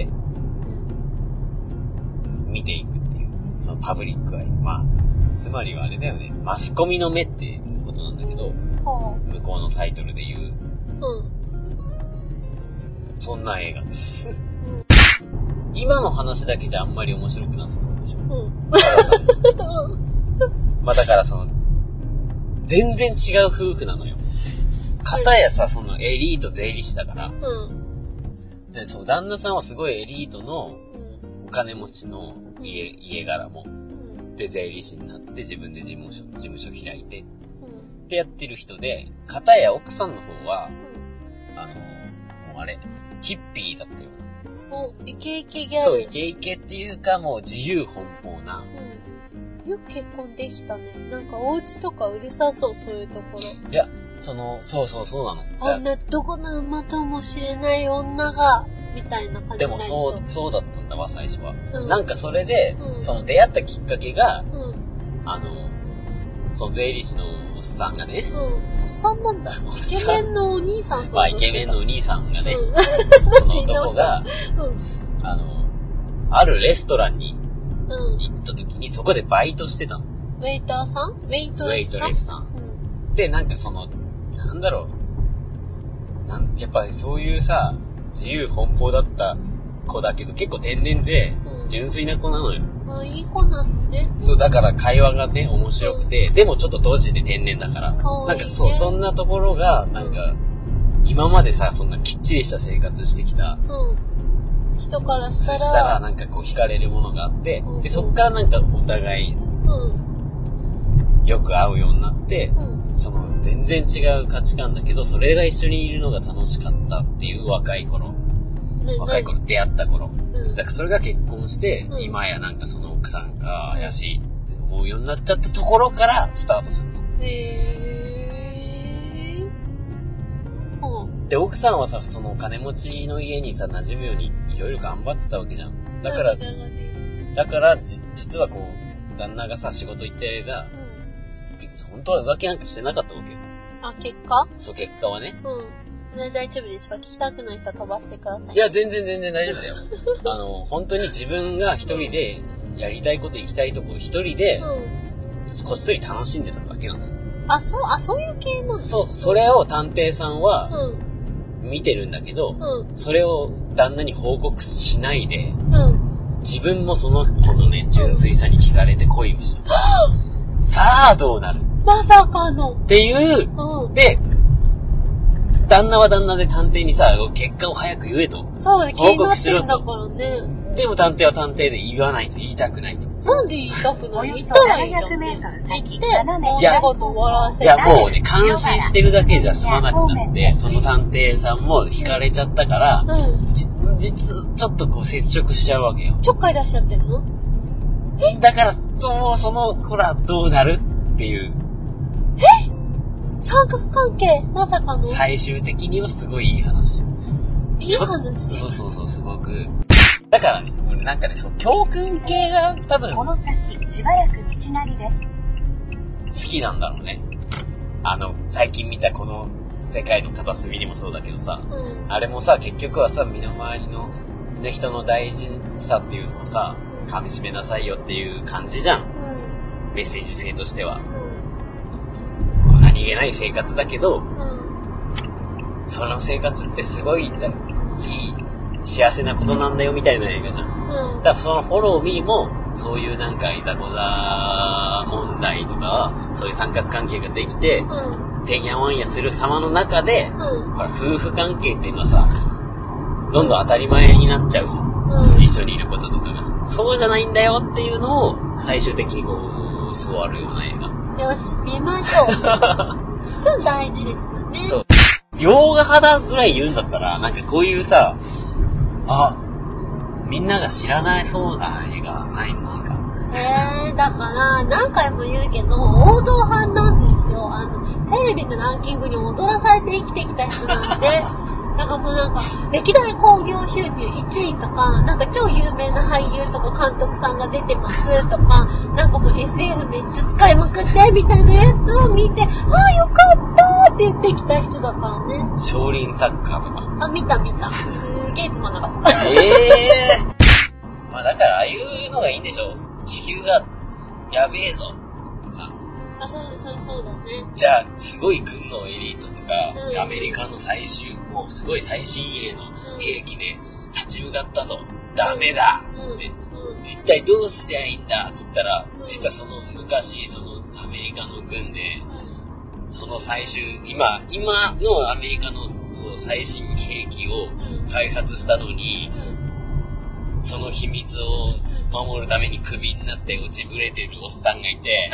うん、見ていくっていう、そのパブリックアイ。まあ、つまりはあれだよね、マスコミの目っていうことなんだけど、 はあ、 向こうのタイトルで言う、 うん、 そんな映画です。うん今の話だけじゃあんまり面白くなさそうでしょ。うん。まあだからその、全然違う夫婦なのよ。片やさ、そのエリート税理士だから。 うん。 で、そう、旦那さんはすごいエリートのお金持ちの家、家柄も。で、税理士になって自分で事務所、事務所開いて。ってやってる人で、片や奥さんの方は、あの、もうあれ、ヒッピーだったよ。 お、イケイケギャル。 そう、イケイケっていうかもう自由奔放な。 うん。よく結婚できたね。なんかお家とかうるさそう、そういうところ。 いや、その、そうそうそうなの。 あんなどこの馬ともしれない女が、みたいな感じでもそう、そうだったんだわ、最初は。 うん、 なんかそれで、うん、その出会ったきっかけが、うん、あの、その税理士のおっさんがね。 うん。おっさんなんだ。イケメンのお兄さんそうまあイケメンのお兄さんがね。うん、その男が、うん、あの、あるレストランに行った時にそこでバイトしてたの。 ウェイターさん？ウェイトレスさん？ ウェイトレスさん。うん、で、なんかその、なんだろう。なんやっぱりそういうさ、自由奔放だった子だけど結構天然で、純粋な子なのよ。 あ、いい子なんね。 そう、だから会話がね、面白くて、うん、でもちょっとドジで天然だから。 かわいいね、 なんかそう、そんなところが、なんか、今までさ、そんなきっちりした生活してきた。 うん。人からしたら。 そしたら、なんかこう惹かれるものがあって、うん、で、そっからなんかお互い、うん、よく会うようになって、うん、その、全然違う価値観だけど、それが一緒にいるのが楽しかったっていう若い頃。ね、若い頃出会った頃。だからそれが結婚して、うん、今やなんかその奥さんが怪しいって思うようになっちゃったところからスタートするの。 へー。うん。 で、奥さんはさ、その金持ちの家にさ、馴染むようにいろいろ頑張ってたわけじゃん。だから、だから、実はこう、旦那がさ、仕事行ってる間、うん、本当は浮気なんかしてなかったわけよ。 あ、結果？ そう、結果はね。 うん。大丈夫ですか？聞きたくない人は飛ばしてください。 いや、全然全然大丈夫だよ。あの、本当に自分が一人でやりたいこと行きたいところ一人で、うん、こっそり楽しんでただけなの。 あ、そう、あ、そういう系なの？ そう、それを探偵さんは、見てるんだけど、うん、それを旦那に報告しないで、うん、自分もその子のね、純粋さに惹かれて恋をした。さあ、どうなる？ まさかの。 っていう、うん、で、 旦那は旦那で探偵にさ、結果を早く言えと。 そうね、気になってるんだからね。 でも探偵は探偵で言わないと、言いたくないと。 なんで言いたくない？言ったらいいじゃんね。言って、もうお仕事終わらせて。 いや、もうね、監視してるだけじゃ済まなくなって、その探偵さんも惹かれちゃったから、うん、じ実、ちょっとこう接触しちゃうわけよ。 ちょっかい出しちゃってんの？ えだから、どう、その、ほら、どうなるっていう。 え三角関係まさかの最終的にはすごいいい話。 いい話？ そうそうそう、すごく。だからね、なんかね、そう、教訓系が多分、 この先、しばらく道なりです。 好きなんだろうね。あの、最近見たこの世界の片隅にもそうだけどさ、うん、あれもさ、結局はさ、身の回りの、ね、人の大事さっていうのをさ、噛み締めなさいよっていう感じじゃん。うん、メッセージ性としては。うん、こう何気ない生活だけど、うん、その生活ってすごい、いい、幸せなことなんだよみたいな映画じゃん。うん、だからそのフォローミーも、そういうなんかいざこざ問題とか、そういう三角関係ができて、うん、てんやわんやする様の中で、うん、ほら夫婦関係っていうのはさ、どんどん当たり前になっちゃうじゃん。うん、一緒にいることとかが。そうじゃないんだよっていうのを最終的にこう、教わるような映画。 よし、見ましょう。それ大事ですよね。 そう。洋画肌ぐらい言うんだったら、なんかこういうさ、あ、みんなが知らないそうな映画ないのか。 えー、だから、何回も言うけど、王道派なんですよ。あの、テレビのランキングに踊らされて生きてきた人なんで、なんかもうなんか、歴代興行収入いちいとか、なんか超有名な俳優とか監督さんが出てますとか、なんかもう エスエヌ めっちゃ使いまくってみたいなやつを見て、ああよかったって言ってきた人だからね。 少林サッカーとか。 あ、見た見た。すーげーつまんなかった。 ええー。まあだからああいうのがいいんでしょ。地球がやべえぞつってさ。 あ、そうそうそうだね。 じゃあすごい軍のエリートとか、うん、アメリカの最終もうすごい最新鋭の兵器で立ち向かったぞ。ダメだつって、うんうん、一体どうしていいんだつったら、うん、実はその昔そのアメリカの軍で、うん、その最終今今のアメリカの最新兵器を開発したのに、うん、その秘密を守るためにクビになって落ちぶれてるおっさんがいて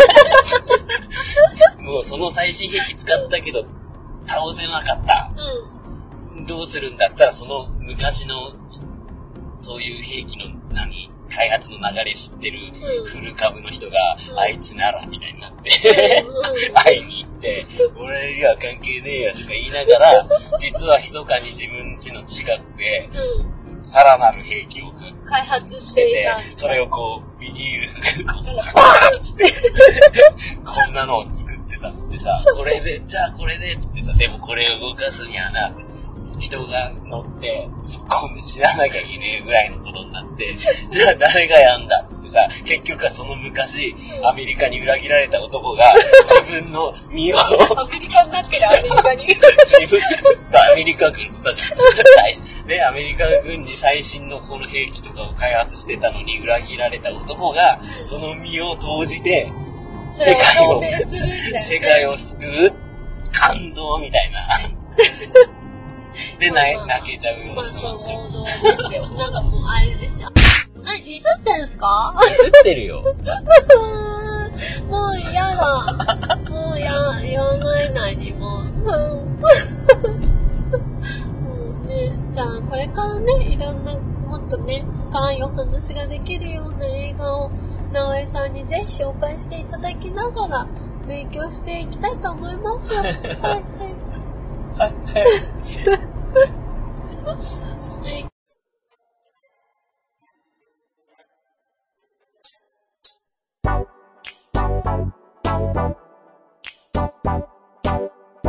もうその最新兵器使ったけど倒せなかった、うん、どうするんだったらその昔のそういう兵器の何開発の流れ知ってるフル株の人が、うん、あいつならみたいになって会いに行って俺には関係ねえやとか言いながら実は密かに自分家の近くで、うんさらなる兵器を開発していた。 それをこう、ビニール、こう、バーンつって、こんなのを作ってたっつってさ、これで、じゃあこれでっつってさ、でもこれを動かすにはな、人が乗って突っ込んで死ななきゃいけねえぐらいのことになって、じゃあ誰がやんだっつってさ、結局はその昔、アメリカに裏切られた男が自分の身をアメリカになってるアメリカに自分とアメリカ軍っつったじゃん。で、アメリカ軍に最新のこの兵器とかを開発してたのに裏切られた男が、その身を投じて、世界を、世界を救う感動みたいな。で、泣けちゃうような人なんでしょ。 まあ、そうですよ。なんかもうあれでしょ。何、ディスってんすか？ ディスってるよ。 もう嫌だ。もうや、言わない何も。もうね、じゃあこれからね、いろんな、もっとね、深いお話ができるような映画を、直江さんにぜひ紹介していただきながら、勉強していきたいと思いますよ。はい、はい。はい、はい。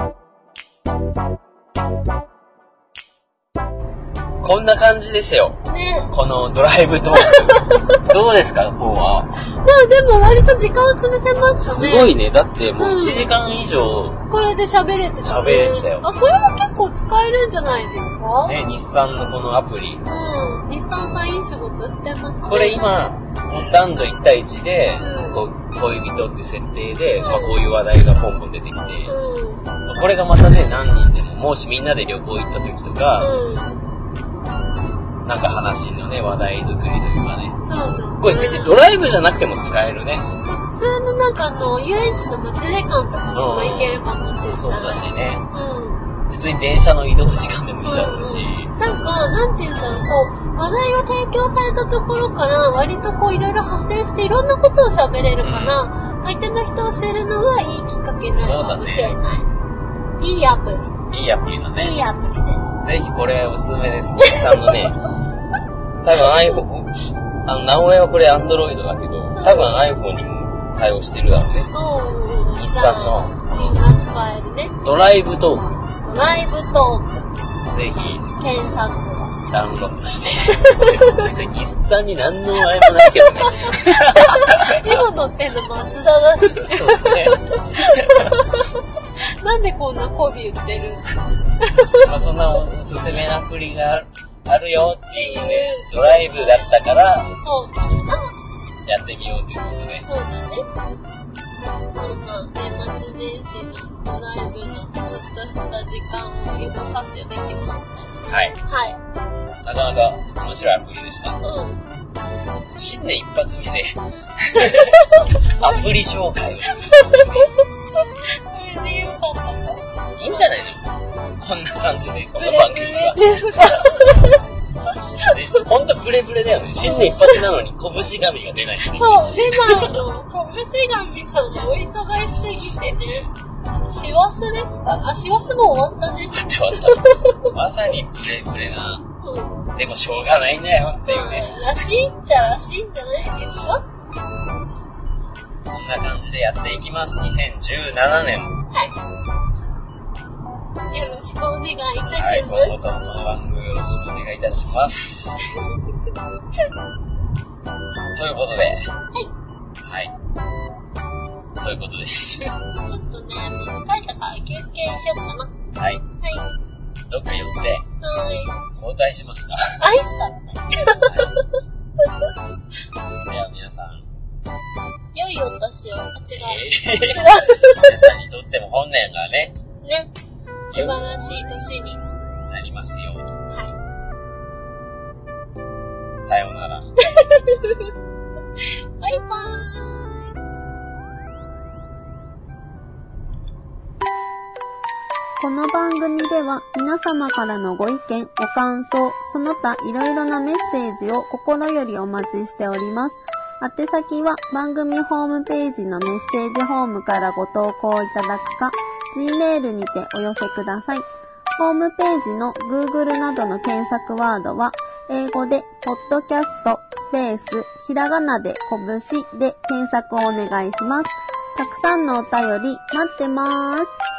こんな感じですよ。 ね。 このドライブトーク。どうですか、ポーは。 まあでも割と時間を潰せましたね。 すごいね。だってもういちじかん以上、 うん、これで喋れてたね。 喋れてたよ。 あ、これは結構使えるんじゃないですかね、日産のこのアプリ。 うん。日産さんいい仕事してますね。 これ今、男女いち対いちで、 うん、 こう恋人って設定で、 うん、 まあこういう話題がポンポン出てきて、 うん、 これがまたね、何人でも、もしみんなで旅行行った時とか、 うん、 なんか話のね、話題作りというかね。 そうだね。 これ別にドライブじゃなくても使えるね。 普通のなんかあの、遊園地の待ち時間とかにも行けるかもしれない。 そうだしね。 うん。 普通に電車の移動時間でもいいだろうし。 うん、なんか、なんていうんだろう、こう、話題を提供されたところから、割とこう、いろいろ発生していろんなことを喋れるから、うん、相手の人を知るのはいいきっかけになるかもしれない。ね、いいアプリ。 いいアプリだね。 いいアプリです。 ぜひこれおすすめです。日産のね、多分 iPhone、あの、名古屋はこれ Android だけど、多分 iPhone にも対応してるだろうね。 うん。 日産の。 みんな使えるね。 ドライブトーク。 ドライブトーク。 ぜひ。 検索。 ダウンロードして。別に日産に何のあれもないけどね。 今乗ってんの松田だし。そうですね。なんでこんな媚び売ってるまあそんなおすすめなアプリがあるよっていうね、ドライブだったから、 そうかな。 やってみようということで。 そうだね。まあまあ、年末年始のドライブのちょっとした時間を有効活用できました。 はい。 はい。 なかなか面白いアプリでした。 うん。 新年一発目で、アプリ紹介をする。 これでよかったかしら。 いいんじゃないの？こんな感じで、この番組は。ほんとブレブレだよね。新年一発なのに拳神が出ない、ね。 そう、出ないの。拳神さんがお忙しすぎてね。師走ですか？あ、師走も終わったね。 終わった。まさにブレブレな。うん、でもしょうがないんだよっていうね。 うん、らしいっちゃらしいんじゃないですか？ こんな感じでやっていきます。にせんじゅうななねん。 はい。よろしくお願いいたします。はい、 今後ともこの番組よろしくお願いいたします。ということで。はい。はい。ということです。 ちょっとね、もう疲れたから休憩しようかな。 はい。 はい。 どっか寄って。 はい。 交代しますか。 アイスだって。 では皆さん。 良いお年を。あ、違う。 えー、皆さんにとっても本年がね。 ね。素晴らしい年になりますように。 はい。 さようなら。 バイバーイ。 この番組では皆様からのご意見、ご感想、その他いろいろなメッセージを心よりお待ちしております。宛先は番組ホームページのメッセージフォームからご投稿いただくか、Gmail にてお寄せください。ホームページの Google などの検索ワードは、英語で、ポッドキャスト、スペース、ひらがなで、こぶしで検索をお願いします。たくさんのお便り待ってます。